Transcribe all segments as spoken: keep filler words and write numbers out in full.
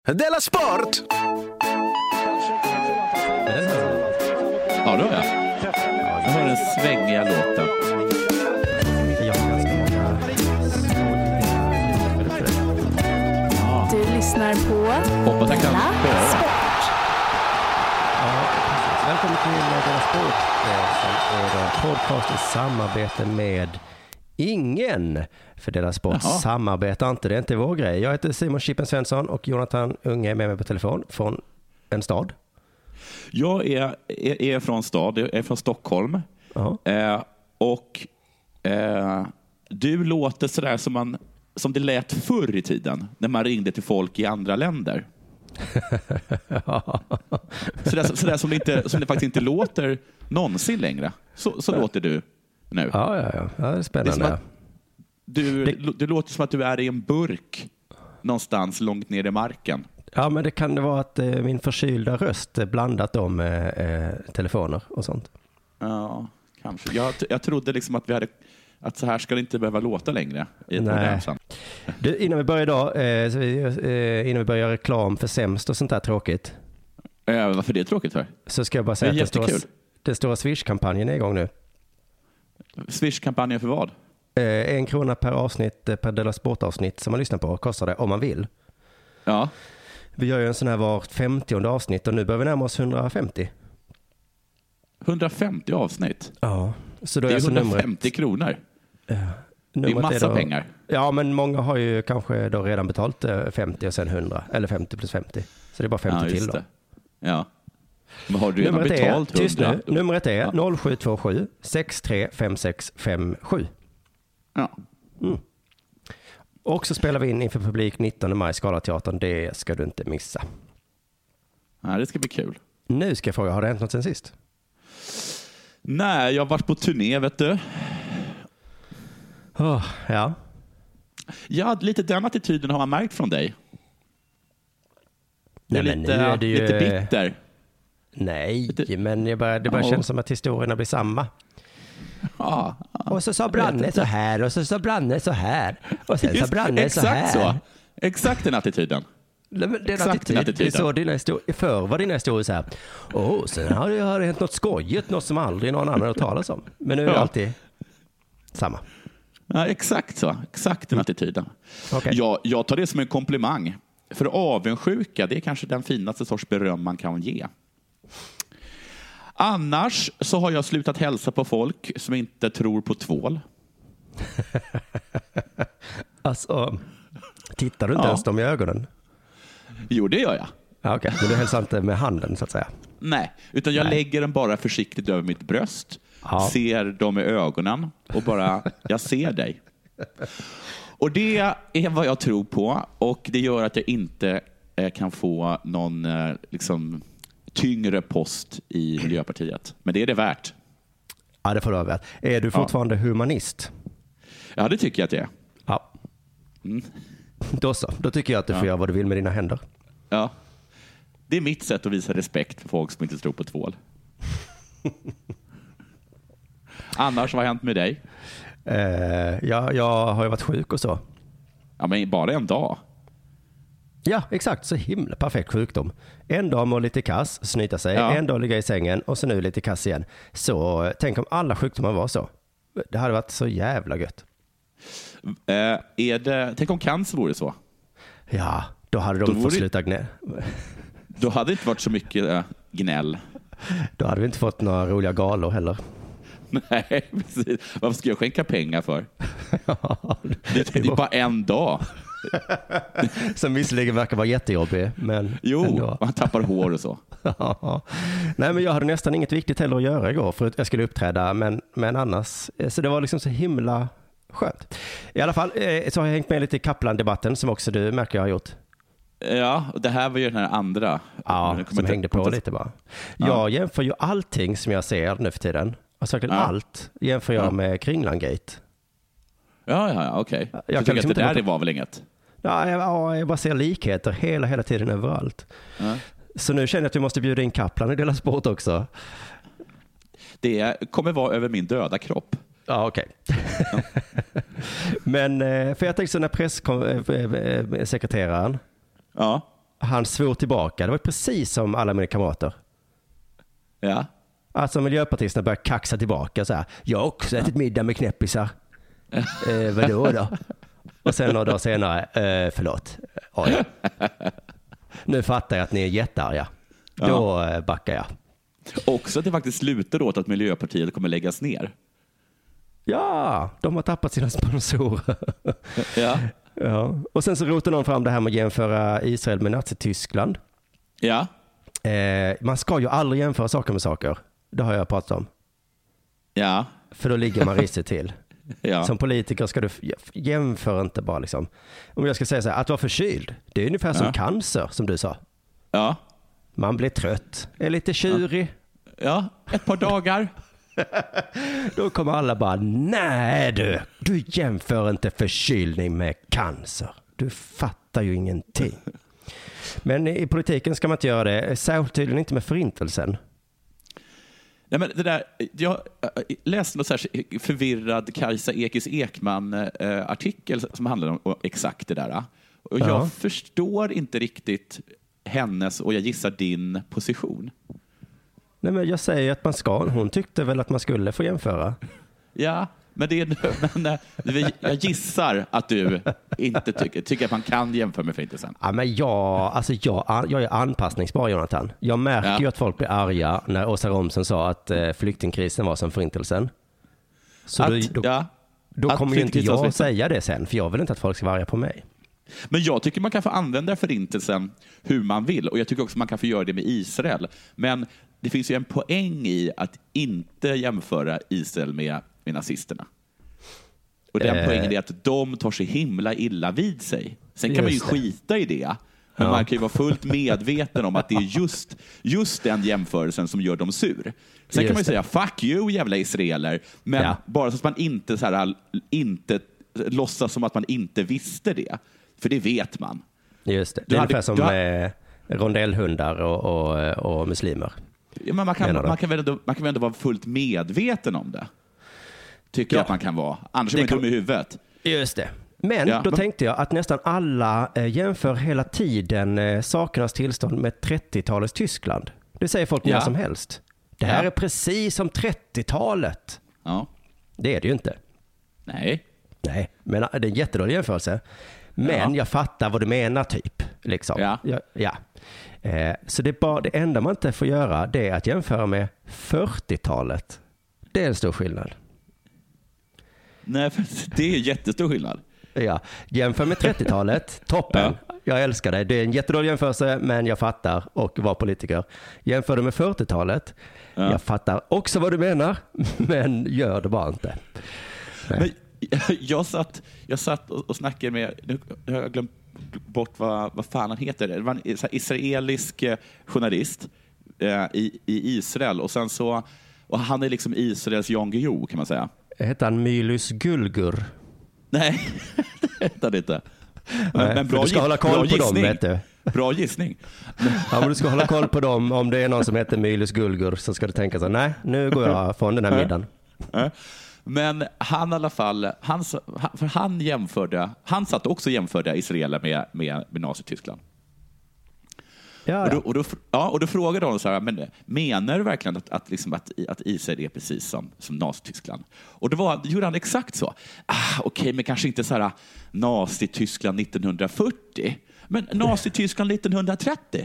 Della Sport! Ja, då är jag. Jag har den svängiga låten. Jag har ganska många Ja. Du lyssnar på Hoppas jag kan Della höra. Sport. Ja, precis. Välkommen till Della Sport, som är en podcast i samarbete med Ingen. För Della Sport Jaha. samarbetar inte, det är inte vår grej. Jag heter Simon Chippen Svensson och Jonathan Unge är med mig på telefon från en stad. Jag är, är, är från stad, jag är från Stockholm. Ja. Eh, och eh, du låter sådär som, man, som det lät förr i tiden när man ringde till folk i andra länder. Sådär, sådär som, det inte, som det faktiskt inte låter någonsin längre. Så, så låter du nu. Ja, ja, ja. Ja, det är Det är spännande. som att du, Det- du låter som att du är i en burk någonstans långt ner i marken. Ja, men det kan det vara att eh, min förkylda röst är blandat om eh, eh, telefoner och sånt. Ja, kanske. Jag, jag trodde liksom att vi hade att så här ska det inte behöva låta längre i ett Nej. modernt samhälle. Du, innan vi börjar idag, eh, så vi, eh, innan vi börjar göra reklam för sämst och sånt där tråkigt, Eh, varför det är tråkigt för? så ska jag bara säga Det är att den stora, jättekul. den stora Swish-kampanjen är igång nu. Swish-kampanjen för vad? Eh, en krona per avsnitt, eh, per Della Sport-avsnitt som man lyssnar på kostar det om man vill. Ja, Vi gör ju en sån här vart femtionde avsnitt och nu börjar vi närma oss hundrafemtio. hundrafemtio avsnitt. Ja, så då Det är är alltså hundrafemtio numret, kronor. Det är numret massa då, pengar. Ja, men många har ju kanske då redan betalt eh, femtio och sen hundra, eller femtio plus femtio. Så det är bara femtio Ja, till just då. det. Ja. Men har du redan Numret är, betalt tyst hundra? nu, numret är Ja. noll sju två sju sex tre fem sex fem sju. Ja. Och så spelar vi in inför publik nittonde maj, Scalateatern. Det ska du inte missa. Ja, det ska bli kul. Nu ska jag fråga, har det hänt något sen sist? Nej, jag har varit på turné, vet du. Oh, ja. Ja, lite den attityden har man märkt från dig. Du är Nej, men lite, nu är det ju- lite bitter. Nej, Det- men det bara, det bara Ja. känns som att historierna blir samma. Ja, Och så sa Branne så här och så sa Branne så här. Och sen sa just, Branne så här. exakt så. Exakt den attityden. Nej, men det är Exakt attityd. den Det är attityden. så dina historier, förr var dina historier så här. Åh, sen har det, har det hänt något skojigt, något som aldrig någon annan har talat om. Men nu är det Ja. alltid samma. Ja, exakt så. Exakt den attityden. Okej. Jag, jag tar det som en komplimang. För avundsjuka, det är kanske den finaste sorts beröm man kan ge. Annars så har jag slutat hälsa på folk som inte tror på tvål. Alltså, tittar du inte Ja. ens dem i ögonen? Jo, det gör jag. Ja, okej. Men du hälsar inte med handen så att säga. Nej, utan jag Nej. lägger den bara försiktigt över mitt bröst. Ja. Ser dem i ögonen och bara, jag ser dig. Och det är vad jag tror på, och det gör att jag inte eh, kan få någon eh, liksom, tyngre post i Miljöpartiet. Men det är det värt. Ja, det får du ha väl. Är du fortfarande humanist? Ja, det tycker jag att det är. Ja. Mm. Då så. Då tycker jag att du får Ja. göra vad du vill med dina händer. Ja. Det är mitt sätt att visa respekt för folk som inte tror på tvål. Annars, vad har hänt med dig? Eh, ja, jag har ju varit sjuk och så. Ja, men bara en dag. Ja, exakt. Så himla perfekt sjukdom. En dag må lite kass, snyta sig. Ja. En dag ligga i sängen och så nu lite kass igen. Så eh, tänk om alla sjukdomar var så. Det hade varit så jävla gött. Eh, är det, tänk om cancer vore så. Ja, då hade de Då fått vore- sluta gnä. Då hade det inte varit så mycket eh, gnäll. Då hade vi inte fått några roliga galor heller. Nej, precis. Varför ska jag skänka pengar för? Ja, Det är bara en dag. som visserligen verkar vara jättejobbig, men Jo, ändå. man tappar hår och så. Ja. Nej, men jag hade nästan inget viktigt heller att göra igår för att jag skulle uppträda, men, men annars, så det var liksom så himla skönt. I alla fall eh, så har jag hängt med lite i Kaplan-debatten som också du märker jag har gjort. Ja, och det här var ju den här andra. Ja, Jag kommer som inte- hängde på kommer inte- lite bara. Ja. Jag jämför ju allting som jag ser nu för tiden. Alltså verkligen Ja. allt jämför jag Ja. med Kringlan-gate. Ja, ja, ja, okej. Jag Jag kan tycker liksom att det inte där låta- var väl inget? Ja, jag, ja, jag bara ser likheter hela, hela tiden överallt. Ja. Så nu känner jag att vi måste bjuda in Kaplan i Della Sport också. Det kommer vara över min döda kropp. Ja, okej. Men, eh, för jag tänkte så när presssekreteraren, Ja. han svor tillbaka. Det var precis som alla mina kamrater. Ja. Alltså miljöpartisterna började kaxa tillbaka så här. Jag har också ätit middag med knäppisar. eh, vadå då? Och sen några dagar senare, eh, förlåt. Oj. Nu fattar jag att ni är jättearga. Då ja. backar jag. Också att det faktiskt slutar åt att Miljöpartiet kommer läggas ner. Ja, de har tappat sina sponsorer. Ja. Ja. Och sen så rotar någon fram det här med att jämföra Israel med Nazityskland. Ja. Eh, man ska ju aldrig jämföra saker med saker. Det har jag pratat om. Ja. För då ligger man risigt till. Ja. Som politiker ska du jämföra inte bara liksom. Om jag ska säga så här, att vara förkyld, det är ungefär som ja. cancer som du sa. Ja. Man blir trött, är lite tjurig. Ja, ett par dagar. Då kommer alla bara, nej du, du jämför inte förkylning med cancer. Du fattar ju ingenting. Men i politiken ska man inte göra det, särskilt tydligen inte med förintelsen. Nej, men det där, jag läste något så här förvirrad Kajsa Ekis Ekman-artikel som handlar om exakt det där. Och jag ja. förstår inte riktigt hennes och jag gissar din position. Nej, men jag säger att man ska. Hon tyckte väl att man skulle få jämföra. Ja, men, det är, men jag gissar att du inte tycker, tycker att man kan jämföra med förintelsen. Ja, men jag, alltså jag, jag är anpassningsbar, Jonathan. Jag märker ja. ju att folk blir arga när Åsa Romsen sa att eh, flyktingkrisen var som förintelsen. Så att, då, då, ja, då kommer ju inte jag säga det sen, för jag vill inte att folk ska vara arga på mig. Men jag tycker man kan få använda förintelsen hur man vill. Och jag tycker också man kan få göra det med Israel. Men det finns ju en poäng i att inte jämföra Israel med, med nazisterna. Och den eh. poängen är att de tar sig himla illa vid sig. Sen kan just man ju skita i det. Men ja. man kan ju vara fullt medveten om att det är just, just den jämförelsen som gör dem sur. Sen just kan man ju säga, fuck you jävla israeler. Men ja. bara så att man inte, så här, inte låtsas som att man inte visste det. För det vet man. Just det. Det är hade, ungefär som hade... rondellhundar och, och, och muslimer. Ja, men man, kan, man, kan väl ändå, man kan väl ändå vara fullt medveten om det. Tycker ja. jag att man kan vara. Annars är man kan... dum i huvudet. Just det. Men ja, då men... tänkte jag att nästan alla eh, jämför hela tiden eh, sakernas tillstånd med trettiotalets Tyskland. Det säger folk ja. när som helst. Det här ja. är precis som trettiotalet. Ja. Det är det ju inte. Nej. Nej, men det är en jättedålig jämförelse. Men ja. jag fattar vad du menar typ. Liksom. Ja. Ja, ja. Eh, så det, är bara, det enda man inte får göra, det är att jämföra med fyrtiotalet. Det är en stor skillnad. Nej, för det är jättestor skillnad. Ja, jämför med trettiotalet, toppen. Ja. Jag älskar det. Det är en jättedålig jämförelse, men jag fattar och var politiker. Jämför det med fyrtiotalet. Ja. Jag fattar också vad du menar, men gör det bara inte. Men jag satt, jag satt och snackade med, nu har jag glömt bort vad, vad fan han heter. Det var en israelisk journalist eh, i, i Israel. Och sen så, och han är liksom Israels Jan Guillou, kan man säga. Heter han Mylus Gulgur? Nej, det heter han inte. Men, Nej, men bra, du ska hålla koll på gissning. dem, vet du. Bra gissning. Ja, men du ska hålla koll på dem. Om det är någon som heter Mylus Gulgur så ska du tänka så, nej, nu går jag från den här middagen. Men han i alla fall, han, för han jämförde, han satt också och jämförde Israel med, med, med Nazityskland. Ja, ja. Och, då, och, då, ja, och då frågade de så här, men menar du verkligen att, att, liksom att, att Israel är precis som, som Nazityskland? Och då var, gjorde han exakt så. Ah, Okej, okay, men kanske inte så här Nazityskland nittonhundrafyrtio, men Nazityskland nittonhundratrettio.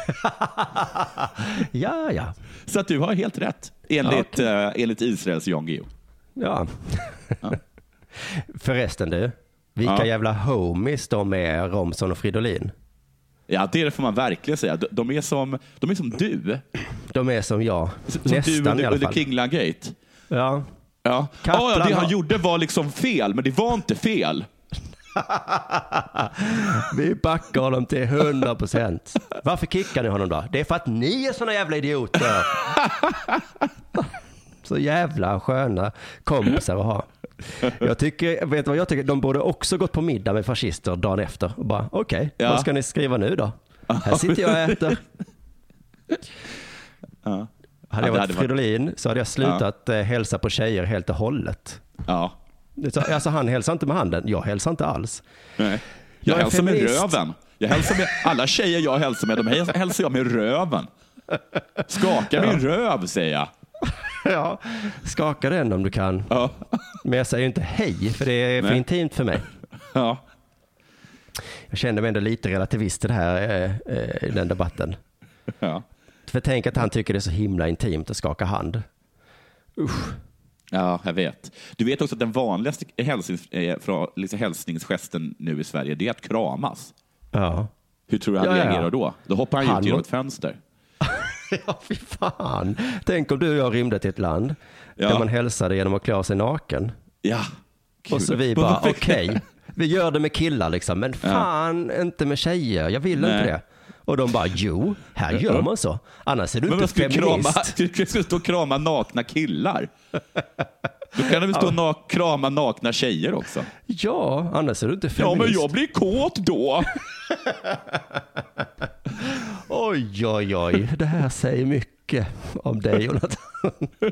Ja, ja. Så att du har helt rätt, enligt, okay. uh, enligt Israels Jan Guillou. Ja. ja. Förresten du, vilka ja. jävla homies de är, Romson och Fridolin. Ja, det får man verkligen säga. De, de, är, som, de är som du. De är som jag. Som Nästan du under, i alla under fall. Kingland Gate. Ja. Ja. Oh, ja, det han gjorde var liksom fel, men det var inte fel. Vi backar honom till hundra procent. Varför kickar ni honom då? Det är för att ni är såna jävla idioter. Så jävla sköna kompisar att ha. Jag tycker, vet du vad jag tycker? De borde också gått på middag med fascister dagen efter. Och bara, okej, okay, ja. vad ska ni skriva nu då? Här sitter jag och äter. Ja. Hade jag varit Fridolin så hade jag slutat ja. hälsa på tjejer helt och hållet. Ja. Alltså han hälsar inte med handen. Jag hälsar inte alls. Nej. Jag, jag hälsar med röven. Jag hälsar med, alla tjejer jag hälsar med, de hälsar jag med röven. Skaka min ja. röv, säger jag. Ja, skaka den om du kan. Ja. Men jag säger ju inte hej, för det är för Nej. intimt för mig. Ja. Jag kände mig ändå lite relativist i det här, eh, i den debatten. Ja. För tänk att han tycker det är så himla intimt att skaka hand. Usch. Ja, jag vet. Du vet också att den vanligaste hälsnings, eh, för, liksom hälsningsgesten nu i Sverige, det är att kramas. Ja. Hur tror du han ja, reagerar ja. då? Då hoppar han, han ut genom ett fönster. Ja, fy fan. Tänk om du och jag rymde till ett land ja. där man hälsade genom att klä sig naken. Ja. Kul. Och så vi bara, okej, okay, vi gör det med killar liksom, men fan ja. inte med tjejer. Jag vill Nej. inte det. Och de bara, jo, här gör man så. Annars är du men inte feminist. Du ska, ska stå och krama nakna killar. Du kan väl stå och nak- krama nakna tjejer också. Ja, annars är du inte feminist. Ja, men jag blir kåt då. Oj, oj, oj. Det här säger mycket om dig, Jonathan.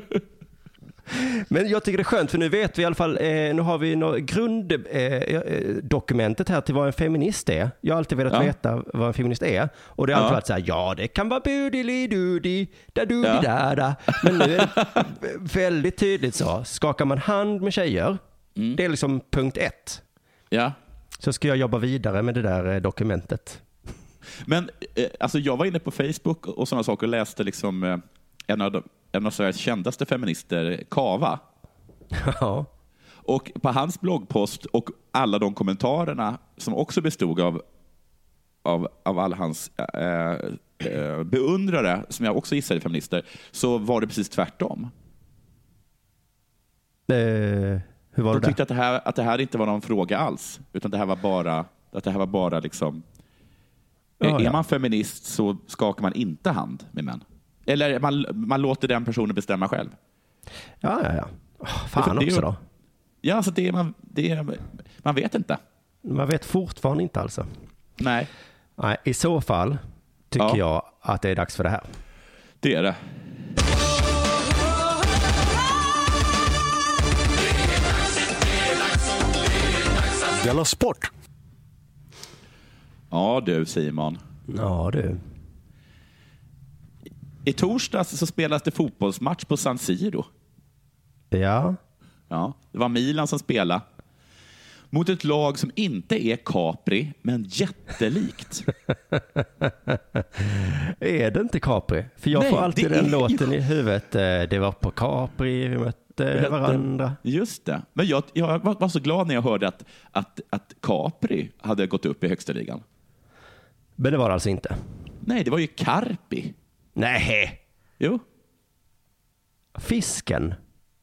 Men jag tycker det är skönt, för nu vet vi i alla fall, eh, nu har vi något grunddokumentet eh, här till vad en feminist är. Jag har alltid velat ja. veta vad en feminist är. Och det har alltid ja. varit så här, ja det kan vara budili-dudi, da-dudi-da-da. Men nu är det väldigt tydligt så. Skakar man hand med tjejer, mm. det är liksom punkt ett. Ja. Så ska jag jobba vidare med det där dokumentet. Men eh, alltså jag var inne på Facebook och sådana saker och läste liksom eh, en av de en av Sveriges kändaste feminister, Kava. Ja. Och på hans bloggpost och alla de kommentarerna som också bestod av, av, av alla hans äh, äh, beundrare, som jag också gissar är feminister, så var det precis tvärtom. Eh, hur var de det? De tyckte att det, här, att det här inte var någon fråga alls, utan det här var bara, att det här var bara liksom... Ja, är ja. man feminist så skakar man inte hand med män. Eller man, man låter den personen bestämma själv. Ja, ja, ja. Oh, fan det, också då. Ja, alltså det är, man, det är, man vet inte. Man vet fortfarande inte alltså. Nej. Nej, i så fall tycker ja. jag att det är dags för det här. Det är det. Jävla sport. Ja du, Simon. Ja du. I torsdags så spelas det fotbollsmatch på San Siro. Ja. Ja, det var Milan som spelade. Mot ett lag som inte är Capri, men jättelikt. Är det inte Capri? För jag Nej, får alltid den är... låten i huvudet. Det var på Capri, vi mötte varandra. Just det. Men jag, jag var så glad när jag hörde att, att, att Capri hade gått upp i högsta ligan. Men det var alltså inte? Nej, det var ju Carpi. Nej. Jo. Fisken.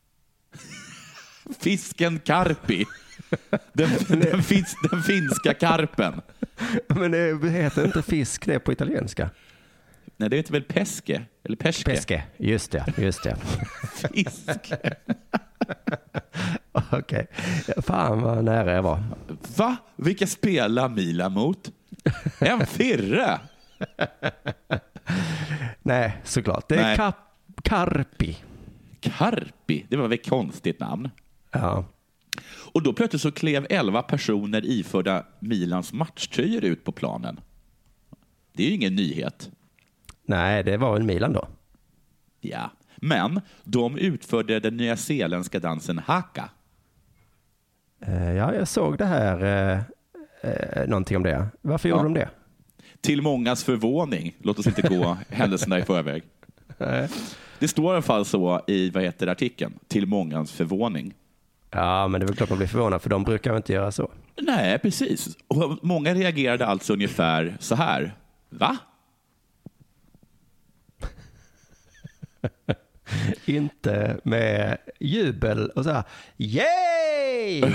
Fisken Carpi. Den, den, finns, den finska karpen. Men det heter inte fisk det på italienska. Nej, det heter väl peske eller peske. Peske, just det, just det. Fisk. Okej. Okay. Fan vad nära jag var. Va? Vilka spelar Milan mot? En firre. Nej, såklart. Det är Nej. Kap- Carpi. Carpi? Det var väl ett konstigt namn. Ja. Och då plötsligt så klev elva personer iförda Milans matchtröjor ut på planen. Det är ju ingen nyhet. Nej, det var en Milan då. Ja, men de utförde den nyzeeländska dansen haka. Uh, ja, jag såg det här. Uh, uh, någonting om det. Varför gjorde ja. de det? Till mångas förvåning. Låt oss inte gå händelserna i förväg. Det står i alla fall så i, vad heter artikeln? Till mångas förvåning. Ja, men det är väl klart man blir förvånad, för de brukar inte göra så. Nej, precis. Och många reagerade alltså ungefär så här. Va? Inte med jubel och så här. Yay!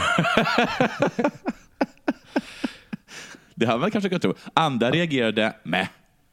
Det har man kanske kunnat tro. Andra reagerade med.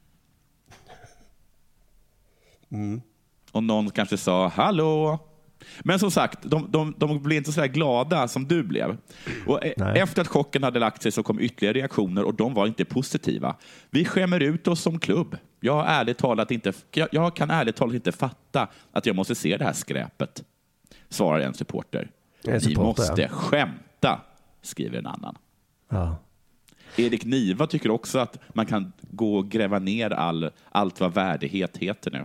Mm. Och någon kanske sa hallå. Men som sagt, de, de, de blev inte så där glada som du blev. Och Nej. Efter att chocken hade lagt sig så kom ytterligare reaktioner och de var inte positiva. Vi skämmer ut oss som klubb. Jag, har ärligt talat inte, jag, jag kan ärligt talat inte fatta att jag måste se det här skräpet, svarar en supporter. En supporter Vi måste ja. skämta, skriver en annan. Ja. Erik Niva tycker också att man kan gå och gräva ner all, allt vad värdighet heter nu.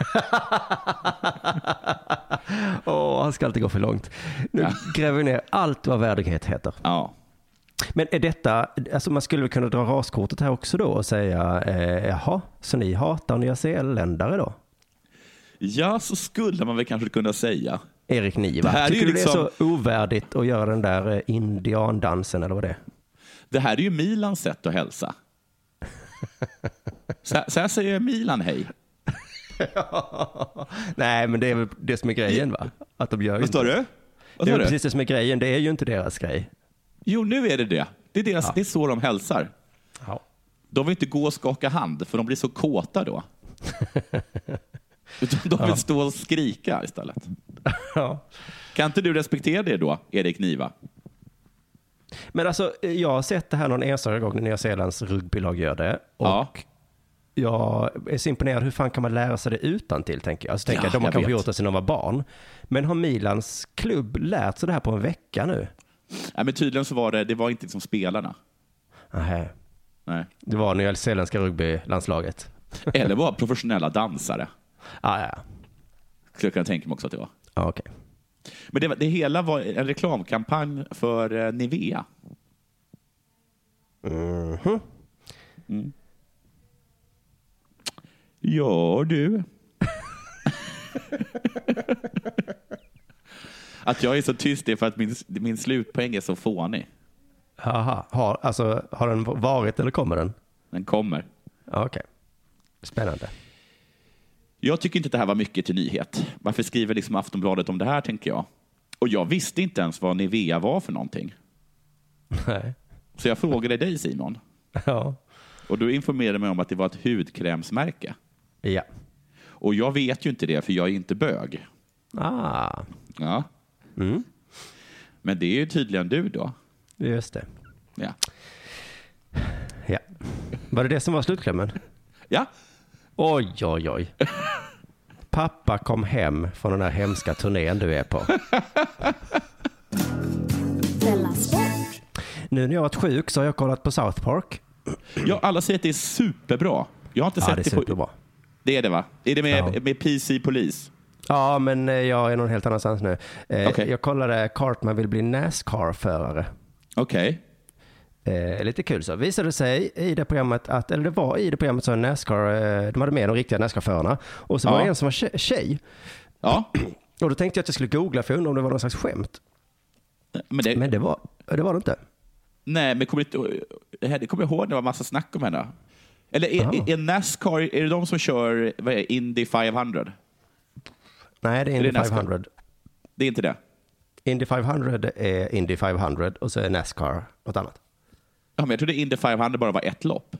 Åh, oh, han ska alltid gå för långt. Nu ja. gräver vi ner allt vad värdighet heter. Ja. Men är detta, alltså man skulle kunna dra raskortet här också då och säga, eh, jaha, så ni hatar nyzeeländare då? Ja, så skulle man väl kanske kunna säga. Erik Niva, det tycker du liksom... det är så ovärdigt att göra den där indiandansen eller vad det är? Det här är ju Milans sätt att hälsa. så, så här säger Milan hej. Nej, men det är väl det som är grejen, va? Att de gör Vad står du? Vad det är precis det som är grejen, det är ju inte deras grej. Jo, nu är det det. Det är, deras, ja. det är så de hälsar. Ja. De vill inte gå och skaka hand, för de blir så kåta då. Utan de vill ja. stå och skrika istället. Ja. Kan inte du respektera det då, Erik Niva? Men alltså, jag har sett det här någon enstaka gång när Nya Zeelands rugbylag gör det. Och ja. jag är så imponerad, hur fan kan man lära sig det utan till, tänker jag. Alltså, tänker ja, jag, de har kanske gjort det sedan de var barn. Men har Milans klubb lärt sig det här på en vecka nu? Nej, men tydligen så var det, det var inte liksom spelarna. Nähä. Nej. Det var Nya Zeeländska rugbylandslaget. Eller bara professionella dansare. Ah, ja, ja. Skulle jag kunna tänka mig också att det var. Ah, okay. Men det, det hela var en reklamkampanj för uh, Nivea. Mm-hmm. Mm. Ja, du. Att jag är så tyst är för att min, min slutpoäng är så fånig. Aha. Har, alltså, har den varit eller kommer den? Den kommer. Okej. Okay. Spännande. Jag tycker inte att det här var mycket till nyhet. Varför skriver liksom Aftonbladet om det här, tänker jag. Och jag visste inte ens vad Nivea var för någonting. Nej. Så jag frågade dig, Simon. Ja. Och du informerade mig om att det var ett hudkrämsmärke. Ja. Och jag vet ju inte det, för jag är inte bög. Ah. Ja. Mm. Men det är ju tydligen du då. Just det. Ja. Ja. Var det det som var slutklämmen? Ja. Oj, oj, oj. Pappa kom hem från den här hemska turnén du är på. Nu när jag har varit sjuk så har jag kollat på South Park. Ja, alla säger att det är superbra. Jag har inte ja, sett det, det, är superbra. På... Det är det, va? Är det med, ja. med P C Police? Ja, men jag är någon helt annanstans nu. Eh, okay. Jag kollade Cartman vill bli NASCAR-förare. Okej. Okay. Eh, lite kul så. Visade sig i det programmet att, eller det var i det programmet så NASCAR, eh, de hade med de riktiga NASCAR-förarna. Och så ja. var det en som var tjej. Ja. Och då tänkte jag att jag skulle googla för undra om det var någon slags skämt. Men det, men det, var, det var det inte. Nej, men kommer inte, det kommer jag ihåg, det var massa snack om henne. Eller är, är, är NASCAR, är det de som kör vad är, Indy femhundra? Nej, det är Indy är det femhundra. Det är inte det? Indy femhundra är Indy femhundra och så är NASCAR något annat. Ja, men jag trodde Indy femhundra bara var ett lopp.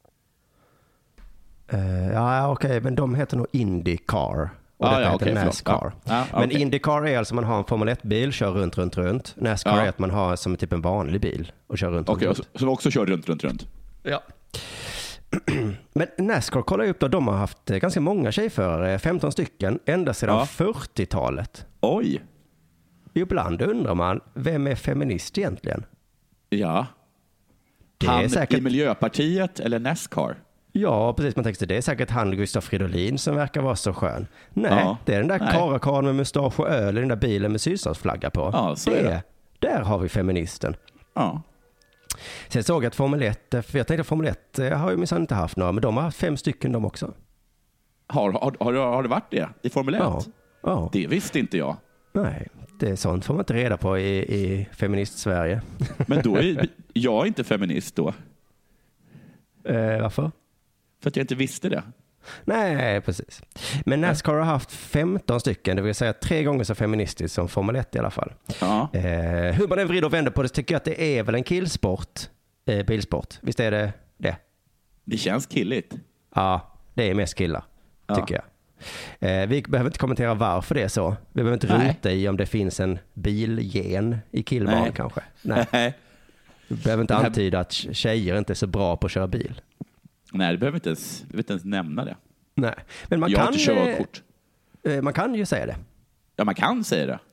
Uh, ja, okej, okay, men de heter nog IndyCar. Och ah, det ja, heter okay, NASCAR. Ja. Ah, men okay. IndyCar är alltså man har en Formel ett-bil, kör runt, runt, runt. NASCAR ja. är att man har som typ en vanlig bil och kör runt, okay, runt, runt. Som också kör runt, runt, runt. Ja. Men NASCAR kollar jag upp då, de har haft ganska många tjejförare, femton stycken, ända sedan ja. fyrtiotalet. Oj! Ibland undrar man, vem är feminist egentligen? Ja. Det Han är säkert... i Miljöpartiet eller NASCAR? Ja, precis. Man tänker det är säkert han Gustaf Fridolin som verkar vara så skön. Nej, ja. det är den där karakan med mustasch och öl i den där bilen med sydstatsflagga på. Ja, så är det. det. Där har vi feministen. Ja. Sen såg jag att Formel ett, för jag tänkte att Formel ett har ju minsann inte haft några, men de har haft fem stycken de också. Har, har, har, har det varit det i Formel ett? Ja. ja. Det visste inte jag. Nej, det är sånt får man inte reda på i, i feminist-Sverige. Men då är jag inte feminist då. Eh, varför? För att jag inte visste det. Nej, precis. Men NASCAR har haft femton stycken, det vill säga tre gånger så feministiskt som Formel ett i alla fall. Ja. Eh, hur man än vrider och vänder på det tycker jag att det är väl en killsport, eh, bilsport. Visst är det det? Det känns killigt. Ja, det är mest killar, ja. tycker jag. Eh, vi behöver inte kommentera varför det är så. Vi behöver inte Nej. rota i om det finns en bilgen i killbarn Nej. kanske. Nej. Nej. Vi behöver inte här... antyda att tjejer inte är så bra på att köra bil. Nej, du behöver inte ens, du inte ens nämna det. Nej, men man jag kan, har inte körkort. Eh, man kan ju säga det. Ja, man kan säga det.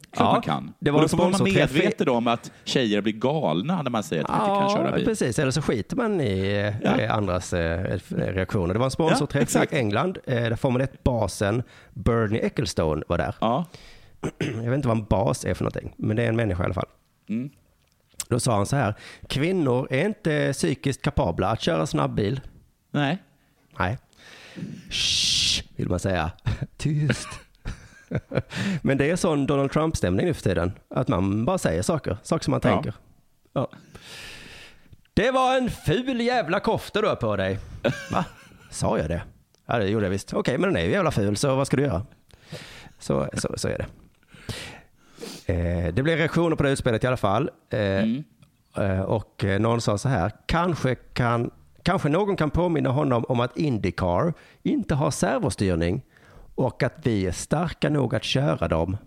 Klart ja, man kan. Det var och då får man vara medveten om att tjejer blir galna när man säger att de ja, inte kan köra bil. Precis. Eller så skiter man i ja. andras eh, reaktioner. Det var en sponsorträff ja, i England eh, där Formel ett-basen Bernie Ecclestone var där. Ja. Jag vet inte vad en bas är för någonting, men det är en människa i alla fall. Mm. Då sa han så här: kvinnor är inte psykiskt kapabla att köra snabbbil. Nej. Nej. Shh, vill man säga. Tyst. Men det är sån Donald Trump-stämning nu för tiden. Att man bara säger saker. Saker som man ja. tänker. Ja. Det var en ful jävla kofta du har på dig. Va? Sa jag det? Ja, det gjorde jag visst. Okej, men den är ju jävla ful, så vad ska du göra? Så, så, så är det. Eh, det blev reaktioner på det utspelet i alla fall. Eh, mm. eh, och någon sa så här: kanske kan kanske någon kan påminna honom om att IndyCar inte har servostyrning och att vi är starka nog att köra dem.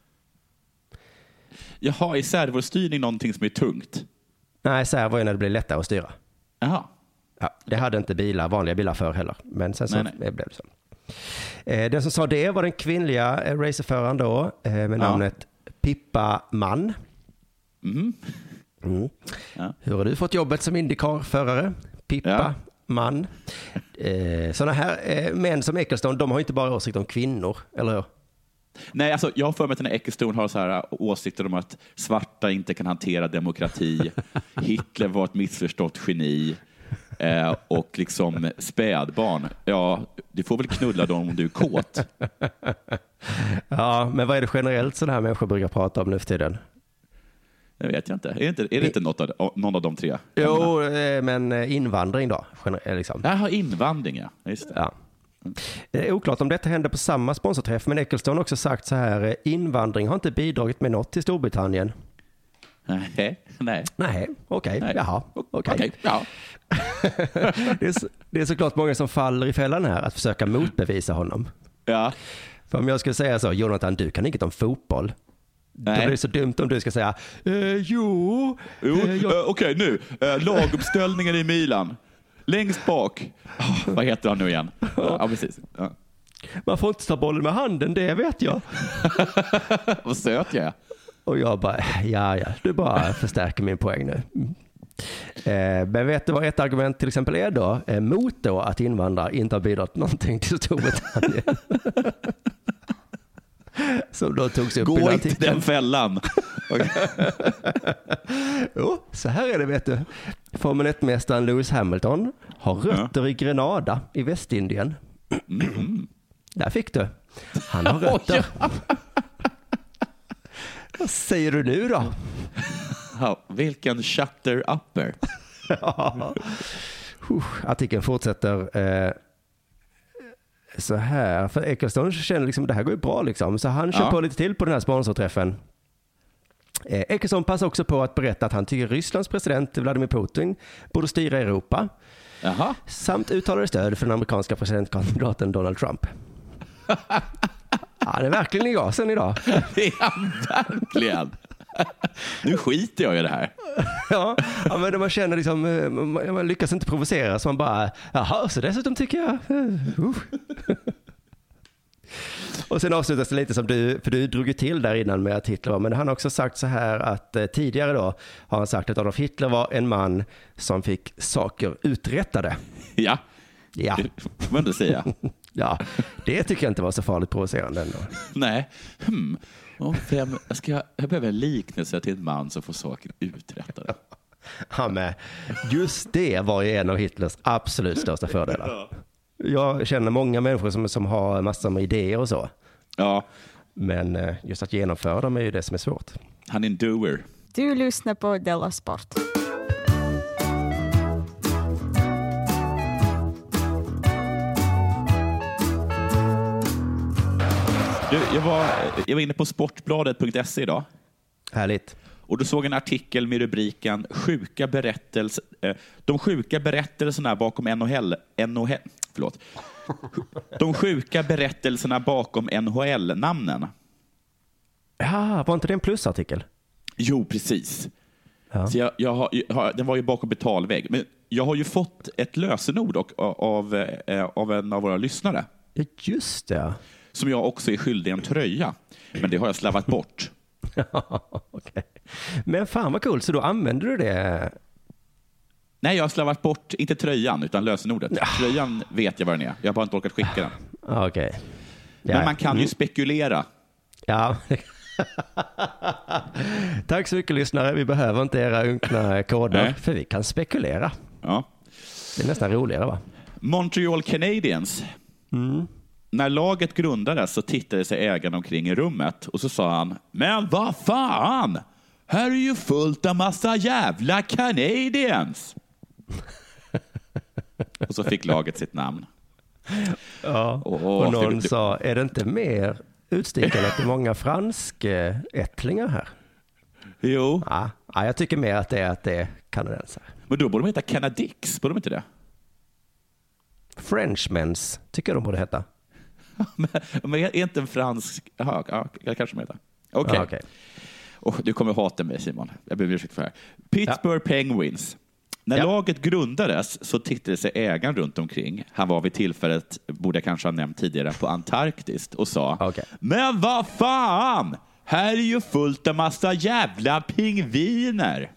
Jaha, är servostyrning någonting som är tungt? Nej, servo är när det blir lättare att styra. Jaha. Ja, det hade inte bilar, vanliga bilar för heller. Men sen så nej, nej. blev det så. Eh, den som sa det var den kvinnliga eh, racerföraren då eh, med ja. namnet Pippa Mann. Mm. Mm. Ja. Hur har du fått jobbet som IndyCar-förare? Pippa ja. Mann. Eh, sådana här eh, män som Ecclestone, de har inte bara åsikt om kvinnor, eller hur? Nej, alltså jag har för mig att den här Ecclestone har så här åsikter om att svarta inte kan hantera demokrati. Hitler var ett missförstått geni. Eh, och liksom spädbarn. Ja, du får väl knulla dem om du är kåt. Ja, men vad är det generellt sådana här människor brukar prata om nu för tiden? Det vet jag inte. Är det inte, är det inte något av, någon av de tre? Jo, men invandring då. Liksom. Jaha, invandring, ja. Just det. Ja. Det är oklart om detta hände på samma sponsorträff, men Ecclestone har också sagt så här: invandring har inte bidragit med något till Storbritannien. Nej, nej. Nej, okej. Okay. Jaha, okej. Okay. Okay. Ja. det, är så, det är såklart många som faller i fällan här att försöka motbevisa honom. Ja. För om jag skulle säga så: Jonathan, du kan inget om fotboll. Nej. Då blir det så dumt om du ska säga eh, jo. jo eh, jag... uh, Okej, okay, nu. Uh, laguppställningen i Milan. Längst bak. Oh, vad heter han nu igen? Ja, precis. Ja. Man får inte ta bollen med handen, det vet jag. Vad söt jag är. Och jag bara, ja, ja, du bara förstärker min poäng nu. Mm. Eh, men vet du vad ett argument till exempel är då? Eh, mot då att invandrare inte har bidragit någonting till Storbritannien. Som då togs upp. Gå inte den fällan. Jo, så här är det, vet du. Formel ett-mästaren Lewis Hamilton har rötter ja. i Grenada i Västindien. Mm. Där fick du. Han har rötter. Vad säger du nu då? Ja, vilken shutter-upper. Ja. uh, artikeln fortsätter eh, så här. För Ecclestone känner liksom det här går ju bra liksom. Så han kör ja. på lite till på den här sponsorträffen. Eh, Ecclestone passar också på att berätta att han tycker Rysslands president Vladimir Putin borde styra Europa. Jaha. Samt uttalade stöd för den amerikanska presidentkandidaten Donald Trump. Ja, det är verkligen i gasen idag. Ja, verkligen. Nu skiter jag i det här. Ja, ja, men man känner liksom, man, man lyckas inte provocera, så man bara, jaha, så dessutom tycker jag. Uh. Och sen avslutas det lite som du, för du drog ju till där innan med att Hitler var, men han har också sagt så här att eh, tidigare då har han sagt att Adolf Hitler var en man som fick saker uträttade. Ja, ja. Det får man inte säga. Ja, det tycker jag inte var så farligt provocerande ändå. Nej. Hmm. Och vem, ska jag, jag behöver en liknelse till en man som får saker uträttade. Ja, men just det var ju en av Hitlers absolut största fördelar. Jag känner många människor som, som har massor med idéer och så. Ja. Men just att genomföra dem är ju det som är svårt. Han är en doer. Du lyssnar på Della Sport. Du, jag, var, jag var inne på sportbladet punkt se idag. Härligt. Och du såg en artikel med rubriken sjuka berättelser, eh, de sjuka berättelserna bakom N H L, N H L förlåt. De sjuka berättelserna bakom N H L-namnen. Ja, var inte det en plusartikel? Jo, precis. Ja. Så jag, jag har, jag har, den var ju bakom betalvägg. Men jag har ju fått ett lösenord och, av, eh, av en av våra lyssnare. Just det. Som jag också är skyldig en tröja. Men det har jag slavat bort. Okay. Men fan vad cool, så då använder du det? Nej, jag har slavat bort, inte tröjan, utan lösenordet. Ja. Tröjan vet jag vad den är. Jag har bara inte orkat skicka den. Okej. Okay. Ja. Men man kan mm. ju spekulera. Ja. Tack så mycket lyssnare. Vi behöver inte era unkna koder. Nej. För vi kan spekulera. Ja. Det är nästan roligare, va? Montreal Canadiens. Mm. När laget grundades så tittade sig ägaren omkring i rummet och så sa han: men vad fan? Här är ju fullt av massa jävla Canadiens. Och så fick laget sitt namn. Ja, och, och någon det... sa, är det inte mer utstickande att det är många franskättlingar här? Jo. Ja, ja, jag tycker mer att det är att det är kanadensare. Men då borde de heta Canadix, borde de inte det? Frenchmens tycker de borde heta. men, men är inte en fransk... Aha, ja, det kanske de heter. Okej. Okay. Ja, okay. Oh, du kommer hata mig, Simon. Jag ber ursäkt för det här. Pittsburgh ja. Penguins. När ja. laget grundades så tittade sig ägaren runt omkring. Han var vid tillfället, borde jag kanske ha nämnt tidigare, på Antarktis och sa: okay. men vad fan? Här är ju fullt av massa jävla pingviner.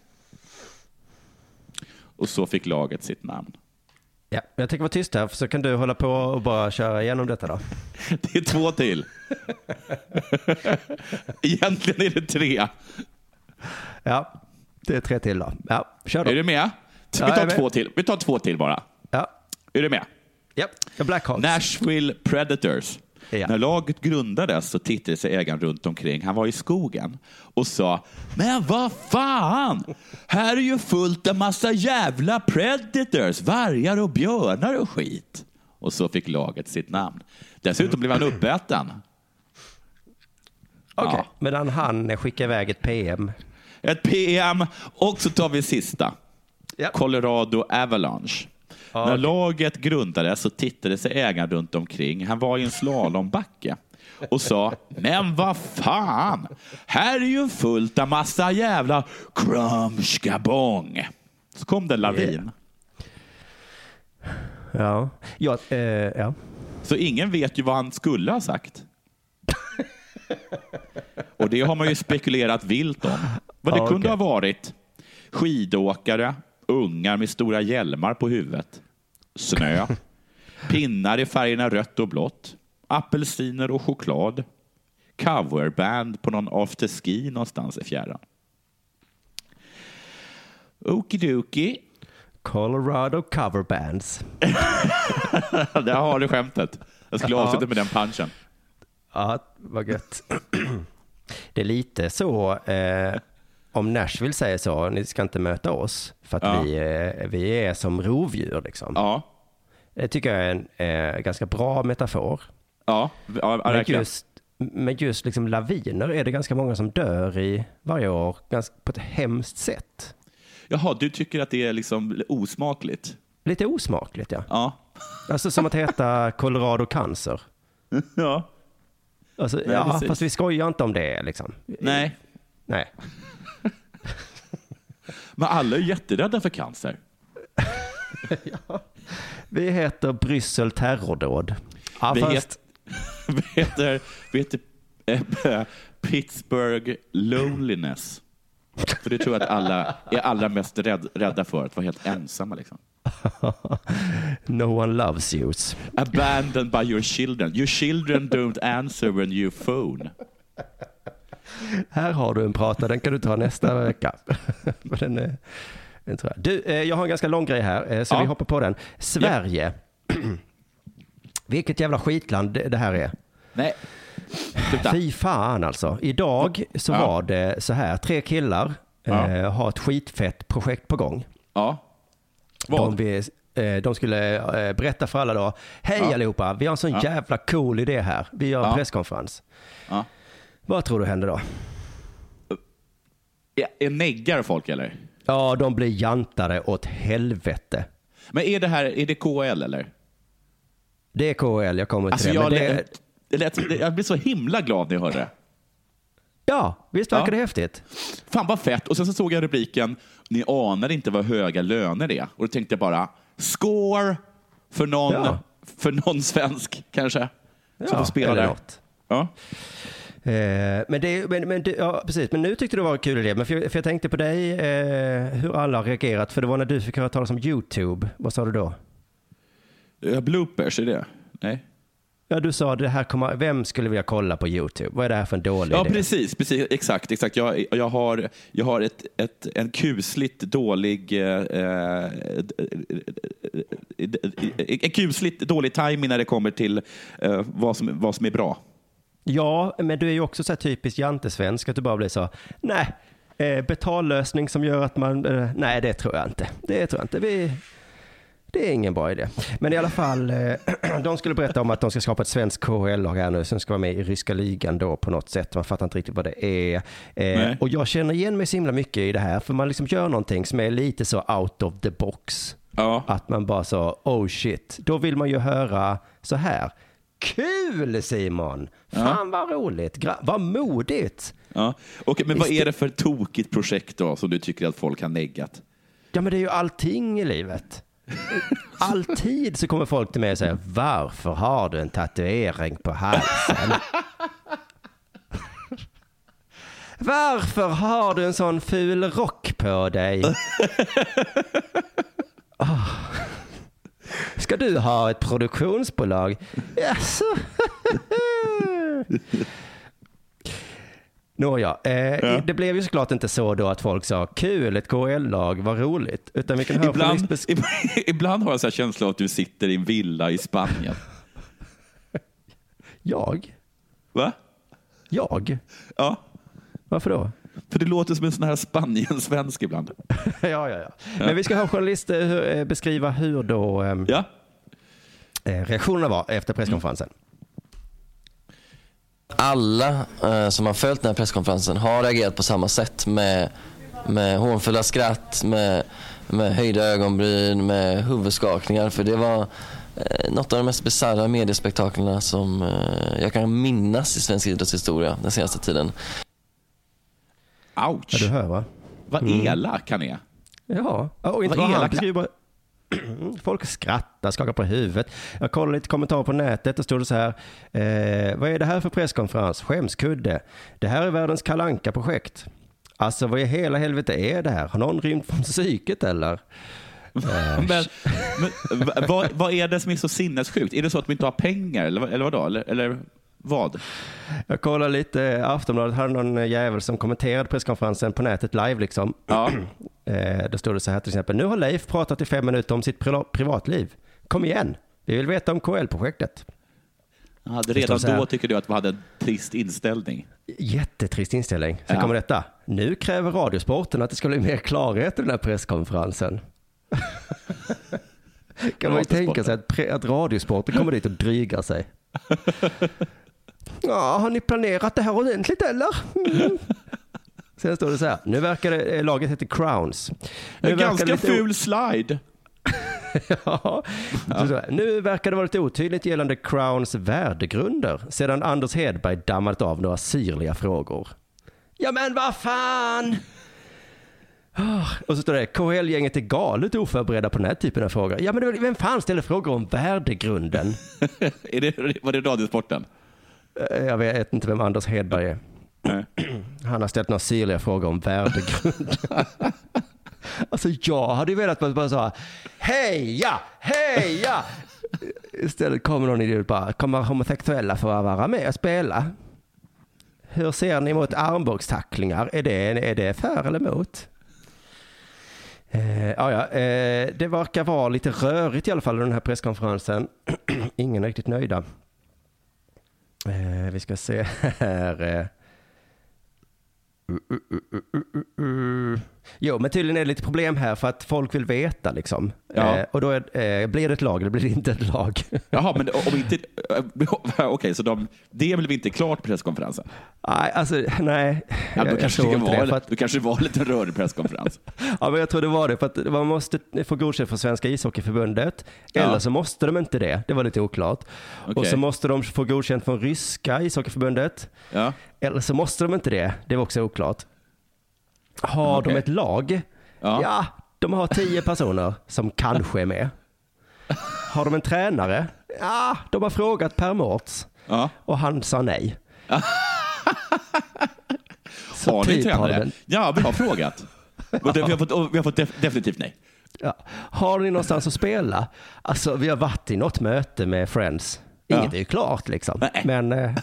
Och så fick laget sitt namn. Ja, jag tänker vara tyst här, så kan du hålla på och bara köra igenom detta då. Det är två till. Egentligen är det tre. Ja, det är tre till då. Ja, kör då. Är du med? Vi tar, ja, två, till. Vi tar två till bara. Ja. Är du med? Ja, Blackhawks. Nashville Predators. Ja. När laget grundades så tittade sig ägaren runt omkring. Han var i skogen och sa: men vad fan? Här är ju fullt av massa jävla predators, vargar och björnar och skit. Och så fick laget sitt namn. Dessutom blev han uppäten. Okej, okay. Ja. Medan han skickar iväg ett P M. Ett P M. Och så tar vi sista. Ja. Colorado Avalanche. Ah, När okay. laget grundades så tittade sig ägaren runt omkring. Han var i en slalombacke och sa: men vad fan? Här är ju fullt av massa jävla krumskabong. Så kom det lavin. Ja. Ja, eh, ja. Så ingen vet ju vad han skulle ha sagt. Och det har man ju spekulerat vilt om. Vad det ah, kunde okay. ha varit: skidåkare, ungar med stora hjälmar på huvudet, snö, pinnar i färgerna rött och blått, apelsiner och choklad, coverband på någon afterski någonstans i fjärran. Okidoki. Colorado coverbands. Där har du skämtet. Jag skulle avsluta med den punchen. Ja, vad gött. Det är lite så... Eh... Om Nashville säger så, ni ska inte möta oss för att ja. vi, är, vi är som rovdjur liksom. Ja. Det tycker jag är en eh, ganska bra metafor. Ja, ja men just, men just liksom laviner är det ganska många som dör i varje år ganska, på ett hemskt sätt. Jaha, du tycker att det är liksom osmakligt? Lite osmakligt, ja. Ja. Alltså som att heta Colorado Cancer. Ja. Alltså, Nej, ja, precis. Fast vi skojar inte om det liksom. Nej. Nej. Men alla är jätterädda för cancer. Ja. Vi heter Bryssel terrordåd. Ja, vi, fast... heter, vi heter, vi heter äh, Pittsburgh loneliness. För det tror jag att alla är allra mest rädd, rädda för, att vara helt ensamma liksom. No one loves you. Abandoned by your children. Your children don't answer when you phone. Här har du en prata, den kan du ta nästa vecka. den, är, den tror jag. Du, jag har en ganska lång grej här, så ja. vi hoppar på den. Sverige. Ja. Vilket jävla skitland det här är. Nej. Sluta. Fy fan alltså. Idag så ja. var det så här. Tre killar ja. eh, har ett skitfett projekt på gång. Ja. Vad? De, vill, eh, de skulle eh, berätta för alla då. Hej ja. allihopa, vi har en sån ja. jävla cool idé här. Vi gör en ja. presskonferens. Ja. Vad tror du händer då? Är neggar folk eller? Ja, de blir jantare åt helvete. Men är det här, är det K L eller? Det är K L, jag kommer till alltså det. Jag, men det, det lät, jag blir så himla glad när jag hörde det. Ja, visst verkar ja. det häftigt. Fan vad fett. Och sen så såg jag rubriken: ni anar inte vad höga löner är. Och då tänkte jag bara, score för någon, ja. för någon svensk kanske. Som ja, får spela där. Något. Ja. Eh, men det, men, men, ja, precis. Men nu tyckte du det var en kul idé. Men för, jag, för jag tänkte på dig, eh, hur alla har reagerat. För det var när du fick höra talas om YouTube. Vad sa du då? Ja, bloopers, är det? Nej. Ja, du sa det här kommer, vem skulle vilja kolla på YouTube? Vad är det här för en dålig ja, idé? Ja, precis, precis, exakt, exakt. Jag, jag har, jag har ett, ett, en kusligt dålig eh, en kusligt dålig timing när det kommer till eh, vad, som, vad som är bra. Ja, men du är ju också så här typiskt jantesvensk att du bara blir så, nej, eh, betallösning som gör att man, eh, nej det tror jag inte. Det tror jag inte. Vi... Det är ingen bra idé. Men i alla fall, de skulle berätta om att de ska skapa ett svenskt K H L-lag här nu som ska vara med i ryska ligan då på något sätt. Man fattar inte riktigt vad det är. Eh, och jag känner igen mig så himla mycket i det här. För man liksom gör någonting som är lite så out of the box. Ja. Att man bara så, oh shit. Då vill man ju höra så här. Kul Simon! Fan ja. Vad roligt! Gra- vad modigt! Ja. Okay, men vad är det för tokigt projekt då som du tycker att folk har neggat? Ja, men det är ju allting i livet. Alltid så kommer folk till mig och säger, varför har du en tatuering på halsen? Varför har du en sån ful rock på dig? Oh. Ska du ha ett produktionsbolag? Jaså? Nåja, eh, ja. Det blev ju såklart inte så då att folk sa kul, ett K H L-lag, vad roligt. Utan vi kan höra ibland, besk- ibland har jag så här känsla av att du sitter i en villa i Spanien. Jag? Va? Jag? Ja. Varför då? För det låter som en sån här Spanien-svensk ibland. ja, ja, ja, ja. Men vi ska ha journalister beskriva hur då eh, ja. reaktionerna var efter presskonferensen. Mm. Alla eh, som har följt den här presskonferensen har reagerat på samma sätt med, med hånfulla skratt, med, med höjda ögonbryn, med huvudskakningar. För det var eh, något av de mest bisarra mediespektaklerna som eh, jag kan minnas i svensk idrottshistoria den senaste tiden. Ouch. Ja, du hör va? Vad mm. elak han är. Ja, och inte vad elak han bara... Folk skrattar, skakar på huvudet. Jag kollade lite kommentarer på nätet och stod det så här. Eh, vad är det här för presskonferens? Skämskudde. Det här är världens Kalle Anka-projekt. Alltså vad i hela helvete är det här? Har någon rymt från psyket eller? men, men vad, vad är det som är så sinnessjukt? Är det så att de inte har pengar eller, eller vad då? Eller, eller vad? Jag kollade lite, Aftonbladet hade någon jävel som kommenterade presskonferensen på nätet live liksom. Ja. Eh, då stod det så här till exempel. Nu har Leif pratat i fem minuter om sitt pri- privatliv. Kom igen, vi vill veta om K L-projektet. Ja, det redan då tycker du att vi hade en trist inställning. Jättetrist inställning. Sen ja. kommer detta. Nu kräver Radiosporten att det ska bli mer klarhet i den här presskonferensen. Kan man ju tänka sig att, pre- att Radiosporten kommer dit och drygar sig. Ja, har ni planerat det här ordentligt eller? Mm. Sen står det så här. Nu verkar det, laget heter Crowns. Nu en ganska lite ful o- slide. ja. Ja. Nu verkar det vara lite otydligt gällande Crowns värdegrunder sedan Anders Hedberg dammat av några syrliga frågor. Ja men vad fan! Oh. Och så står det, K H L-gänget är galet oförberedda på den här typen av frågor. Ja men vem fan ställer frågor om värdegrunden? är det, var det Radiosporten? Jag vet inte vem Anders Hedberg är. Nej. Han har ställt några syrliga frågor om värdegrund. Alltså jag hade ju velat att bara säga heja, heja. Istället kommer någon idiot bara, kommer homosexuella för att vara med och spela? Hur ser ni mot armbågstacklingar? Är det, är det för eller emot? Eh, ja, ja, eh, det verkar vara lite rörigt i alla fall i den här presskonferensen. Ingen är riktigt nöjda. Eh, vi ska se här. Eh. Uh, uh, uh, uh, uh. Jo, men tydligen är det lite problem här för att folk vill veta liksom. Ja. Eh, och då är, eh, blir det ett lag eller blir det inte ett lag? Jaha, men om inte... Okej, okay, så de, det blev inte klart på presskonferensen? Nej, alltså nej. Ja, då, kanske det var, det, att... då kanske det var lite rörig presskonferens. Ja, men jag tror det var det för att man måste få godkänt från Svenska ishockeyförbundet. Ja. Eller så måste de inte det. Det var lite oklart. Okay. Och så måste de få godkänt från Ryska ishockeyförbundet. Ja. Eller så måste de inte det. Det var också oklart. Har okay. de ett lag? Ja. ja, de har tio personer som kanske är med. Har de en tränare? Ja, de har frågat Per Mårts. Ja. Och han sa nej. Har ni typ har tränare? den. Ja, vi har frågat. Och det, vi har fått, och vi har fått def, definitivt nej. Ja. Har ni någonstans att spela? Alltså, vi har varit i något möte med Friends. Inget Ja. är ju klart liksom. Nej. Men eh,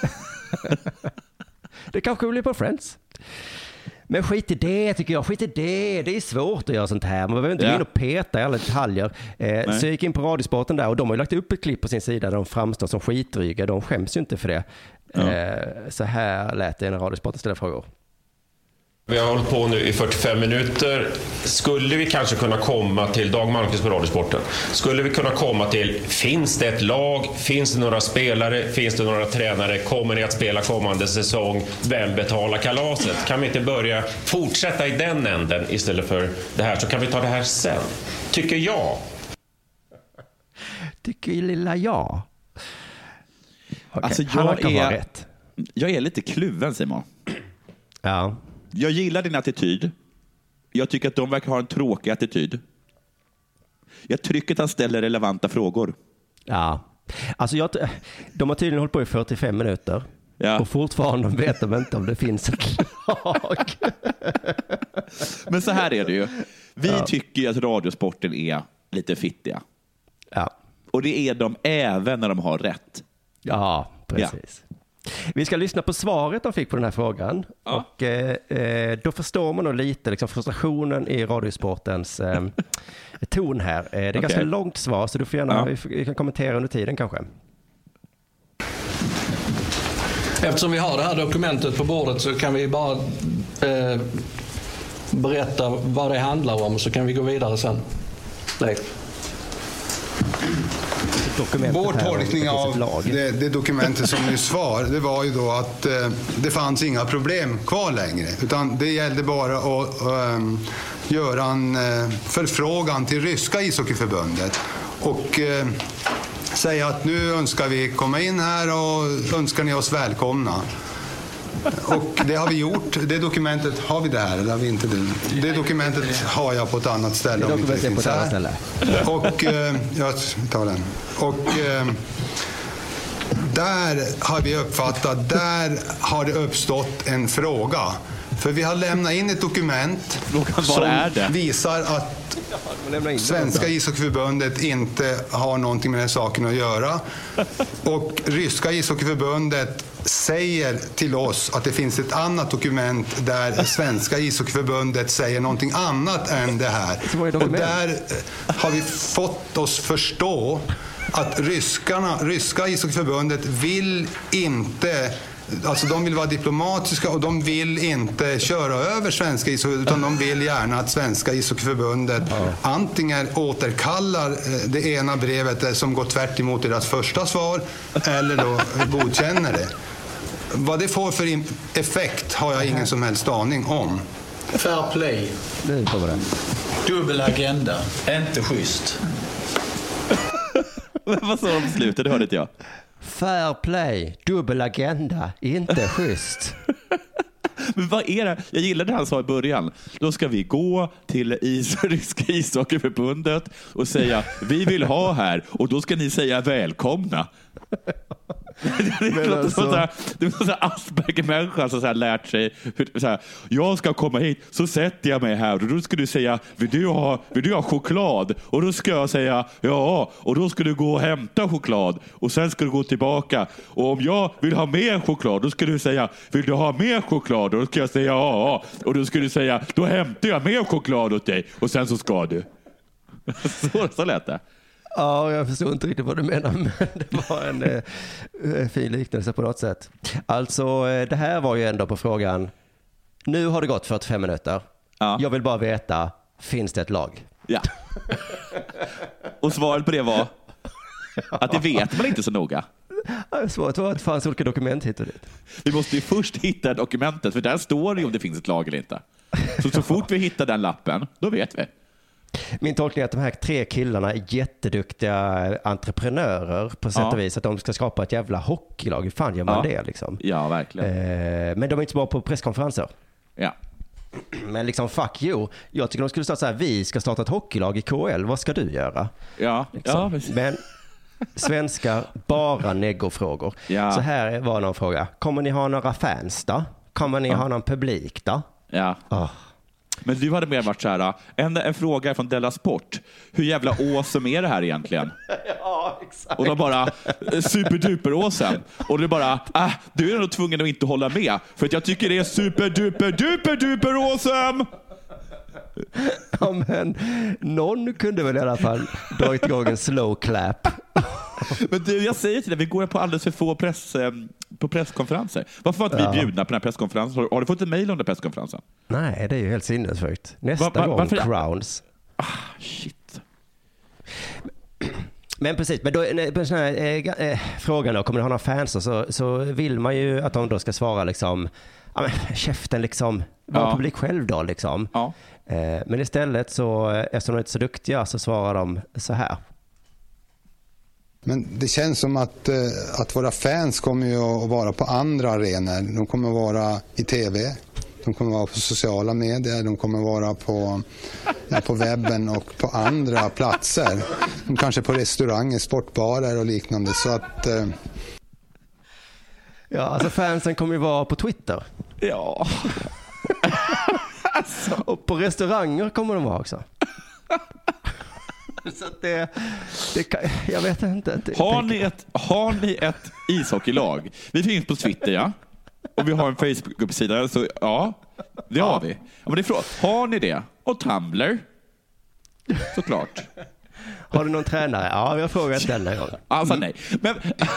det kanske blir på Friends. Men skit i det tycker jag. Skit i det. Det är svårt att göra sånt här. Man behöver inte Ja. gå in och peta i alla detaljer. Eh, så jag gick in på Radiosporten där och de har ju lagt upp ett klipp på sin sida där de framstår som skitdryga. De skäms ju inte för det. Ja. Eh, så här lät det när Radiosporten ställde frågor. Vi har hållit på nu i fyrtiofem minuter. Skulle vi kanske kunna komma till Dag Malmqvist på Radiosporten? Skulle vi kunna komma till, finns det ett lag? Finns det några spelare? Finns det några tränare? Kommer ni att spela kommande säsong? Vem betalar kalaset? Kan vi inte börja fortsätta i den änden istället för det här? Så kan vi ta det här sen. Tycker jag. Tycker ju lilla jag. Okay. Alltså, Han jag verkar ha är, rätt. jag är lite kluven, Simon. Ja. Jag gillar din attityd. Jag tycker att de verkar ha en tråkig attityd. Jag tycker att han ställer relevanta frågor. Ja. Alltså jag, de har tydligen hållit på i fyrtiofem minuter. Ja. Och fortfarande vet de inte om det finns ett lag. Men så här är det ju. Vi Ja. tycker ju att Radiosporten är lite fittiga. Ja. Och det är de även när de har rätt. Ja, precis. Vi ska lyssna på svaret de fick på den här frågan. Ja. Och eh, då förstår man nog lite liksom, frustrationen i Radiosportens eh, ton här. Eh, det är Okej. ganska långt svar så du får gärna, Ja. vi, får, vi kan kommentera under tiden kanske. Eftersom vi har det här dokumentet på bordet så kan vi bara eh, berätta vad det handlar om så kan vi gå vidare sen. Leif. Dokumentet Vår här, tolkning det finns ett av lag. det, det dokumentet som nyss var, det var ju då att eh, det fanns inga problem kvar längre. Utan det gällde bara att eh, göra en eh, förfrågan till ryska ishockeyförbundet. Och eh, säga att nu önskar vi komma in här och önskar ni oss välkomna. Och det har vi gjort. Det dokumentet, har vi det här eller har vi inte det? Det dokumentet har jag på ett annat ställe. Det om inte dokumentet är på ett finns annat här. ställe. Och eh, jag tar den. Och eh, där har vi uppfattat, där har det uppstått en fråga. För vi har lämnat in ett dokument Frågan, som vad är det? visar att Svenska ishockeyförbundet inte har någonting med den saken att göra. Och Ryska ishockeyförbundet säger till oss att det finns ett annat dokument där Svenska ishockeyförbundet säger någonting annat än det här. Och där har vi fått oss förstå att ryskarna, Ryska ishockeyförbundet vill inte... Alltså de vill vara diplomatiska och de vill inte köra över Svenska ishockeyförbundet utan de vill gärna att Svenska ishockeyförbundet ja. antingen återkallar det ena brevet som går tvärt emot deras första svar eller då godkänner det. Vad det får för effekt har jag ingen som helst aning om. Fair play. Nu kommer det. Dubbel agenda. Inte schysst. Vad sa de på slutet? Det hörde inte jag. Fair play, dubbel agenda, inte schysst. Men vad är det? Jag gillar det han sa i början. Då ska vi gå till is- Ryska ishockeyförbundet och säga vi vill ha här och då ska ni säga välkomna. Det låter alltså... som en sån här Asperger-människa som så här lärt sig hur, så här, jag ska komma hit, så sätter jag mig här och då ska du säga vill du ha, vill du ha choklad? Och då ska jag säga ja, och då ska du gå och hämta choklad och sen ska du gå tillbaka och om jag vill ha mer choklad då ska du säga vill du ha mer choklad? Och då ska jag säga ja, och då ska du säga då hämtar jag mer choklad åt dig och sen så ska du. Så, så lät det. Ja, jag förstår inte riktigt vad du menar, men det var en eh, fin liknelse på något sätt. Alltså, eh, det här var ju ändå på frågan, nu har det gått fyrtiofem minuter. Ja. Jag vill bara veta, finns det ett lag? Ja. Och svaret på det var att det vet man inte så noga. Svaret var att det fanns olika dokument hit och dit. Vi måste ju först hitta dokumentet, för där står det ju om det finns ett lag eller inte. Så, så fort vi hittar den lappen, då vet vi. Min tolkning är att de här tre killarna är jätteduktiga entreprenörer på sätt ja. och vis. Att de ska skapa ett jävla hockeylag. Hur fan gör man ja. det liksom? Ja, verkligen. Eh, men de är inte så bra på presskonferenser. Ja. Men liksom fuck you. Jag tycker de skulle starta så här, vi ska starta ett hockeylag i K L. Vad ska du göra? Ja, liksom. ja precis. Men svenskar, bara negofrågor. Ja. Så här var någon fråga. Kommer ni ha några fans då? Kommer ni ha någon publik då? Ja. Oh. Men du hade mer varit så här, en, en fråga från Della Sport. Hur jävla awesome är det här egentligen? Ja, exakt. Och då bara, superduper awesome. Och du bara, äh, du är nog tvungen att inte hålla med. För att jag tycker det är superduper duper duper awesome. Ja, men någon kunde väl i alla fall dragit igång en slow clap. Men du, jag säger till dig, vi går på alldeles för få press, eh, på presskonferenser. Varför var inte Ja. vi bjudna på den här presskonferensen? Har, har du fått ett mejl under presskonferensen? Nej, det är ju helt sinnessjukt. Nästa Va- va- gång varför- Crowns. Ah, shit. Men precis, men då, nej, på den här eh, eh, frågan då, kommer du ha några fans och så, så vill man ju att de då ska svara liksom, ja men käften liksom, var Ja. publik själv då liksom. Ja. Eh, men istället så, eh, eftersom de inte är så duktiga så svarar de så här. Men det känns som att, eh, att våra fans kommer ju att vara på andra arenor. De kommer att vara i tv, de kommer att vara på sociala medier, de kommer att vara på, ja, på webben och på andra platser. De kanske på restauranger, sportbarer och liknande. Så att... Eh... Ja, alltså fansen kommer ju vara på Twitter. Ja. Alltså. Och på restauranger kommer de vara också. Så att det, det kan, jag vet inte. Det, Har ni, ett, har ni ett ishockeylag? Vi finns på Twitter, ja. Och vi har en Facebook-sida, så ja, det har vi. Ja, men det är frågan, har ni det? Och Tumblr? Såklart. Har du någon tränare? Ja, vi har frågat den här gången. Alltså nej. Men...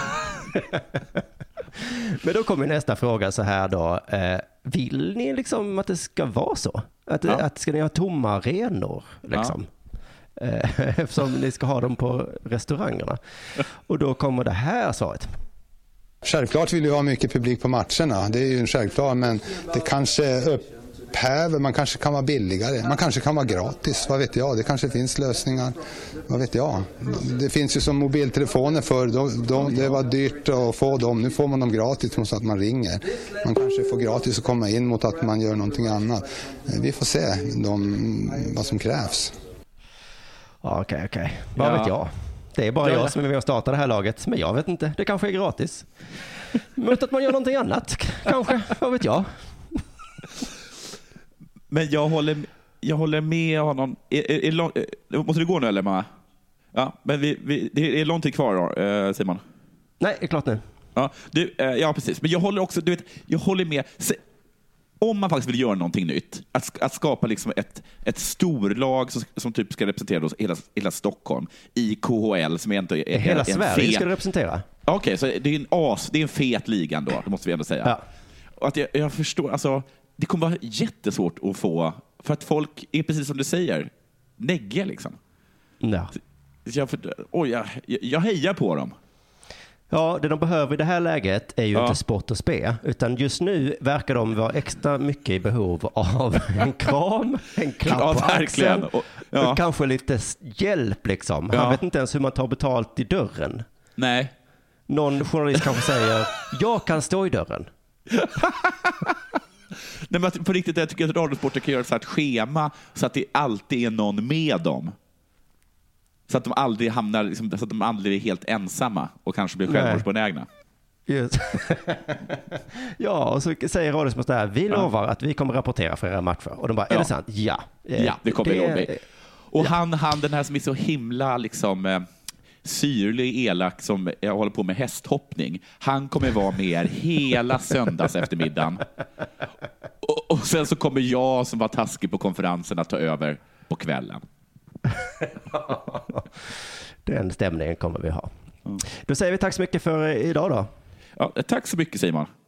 Men då kommer nästa fråga så här då. Eh, vill ni liksom att det ska vara så? Att, Ja. att ska ni ha tomma arenor liksom? Ja. Eh, eftersom ni ska ha dem på restaurangerna. Och då kommer det här svaret. Självklart vill vi ha mycket publik på matcherna. Det är ju en självklar, men det kanske upphäver, man kanske kan vara billigare. Man kanske kan vara gratis, vad vet jag. Det kanske finns lösningar, vad vet jag. Det finns ju som mobiltelefoner för de, de, det var dyrt att få dem. Nu får man dem gratis mot att man ringer. Man kanske får gratis att komma in mot att man gör någonting annat. Vi får se de, vad som krävs. Ja, okej, okej. Vad Ja. vet jag? Det är bara Ja, jag ja. som är med och startar det här laget. Men jag vet inte. Det kanske är gratis. Mot att man gör någonting annat. Kanske. Vad vet jag? Men jag håller, jag håller med honom. Är, är, är, lång, är, måste du gå nu eller? Ma? Ja, men vi, vi, det är lång tid kvar då, eh, Simon. Nej, det är klart nu. Ja, du, eh, ja, precis. Men jag håller också, du vet, jag håller med. Se, om man faktiskt vill göra någonting nytt, att, att skapa liksom ett, ett storlag som, som typ ska representera oss, hela, hela Stockholm i K H L som egentligen är Hela en Sverige fet, ska det representera. Okej, okay, så det är en as, det är en fet liga ändå, det måste vi ändå säga. Ja. Och att jag, jag förstår, alltså, det kommer vara jättesvårt att få, för att folk är precis som du säger, negge liksom. Ja. Så jag, för, oj, jag, jag hejar på dem. Ja, det de behöver i det här läget är ju Ja. inte sport och spe, utan just nu verkar de vara extra mycket i behov av en kram, en klapp Ja, på verkligen. axeln Och, ja. och kanske lite hjälp liksom. Han Ja. vet inte ens hur man tar betalt i dörren. Nej. Någon journalist kanske säger, jag kan stå i dörren. Nej, men på riktigt, jag tycker att Radiosporten kan göra så här ett schema så att det alltid är någon med dem. Så att de aldrig hamnar, liksom, så att de aldrig är helt ensamma och kanske blir självmordsbenägna. Just. Ja, och så säger Radiosporten så här, vi Ja. lovar att vi kommer rapportera för era matcher. Och de bara, är Ja. det sant? Ja. Eh, Ja, det kommer det- jag bli. Och han, han, den här som är så himla liksom, eh, syrlig, elak, som jag håller på med hästhoppning, han kommer vara med er hela söndags eftermiddagen. Och, och sen så kommer jag som var taskig på konferensen att ta över på kvällen. Den stämningen kommer vi ha. Då säger vi tack så mycket för idag då. Ja, tack så mycket, Simon.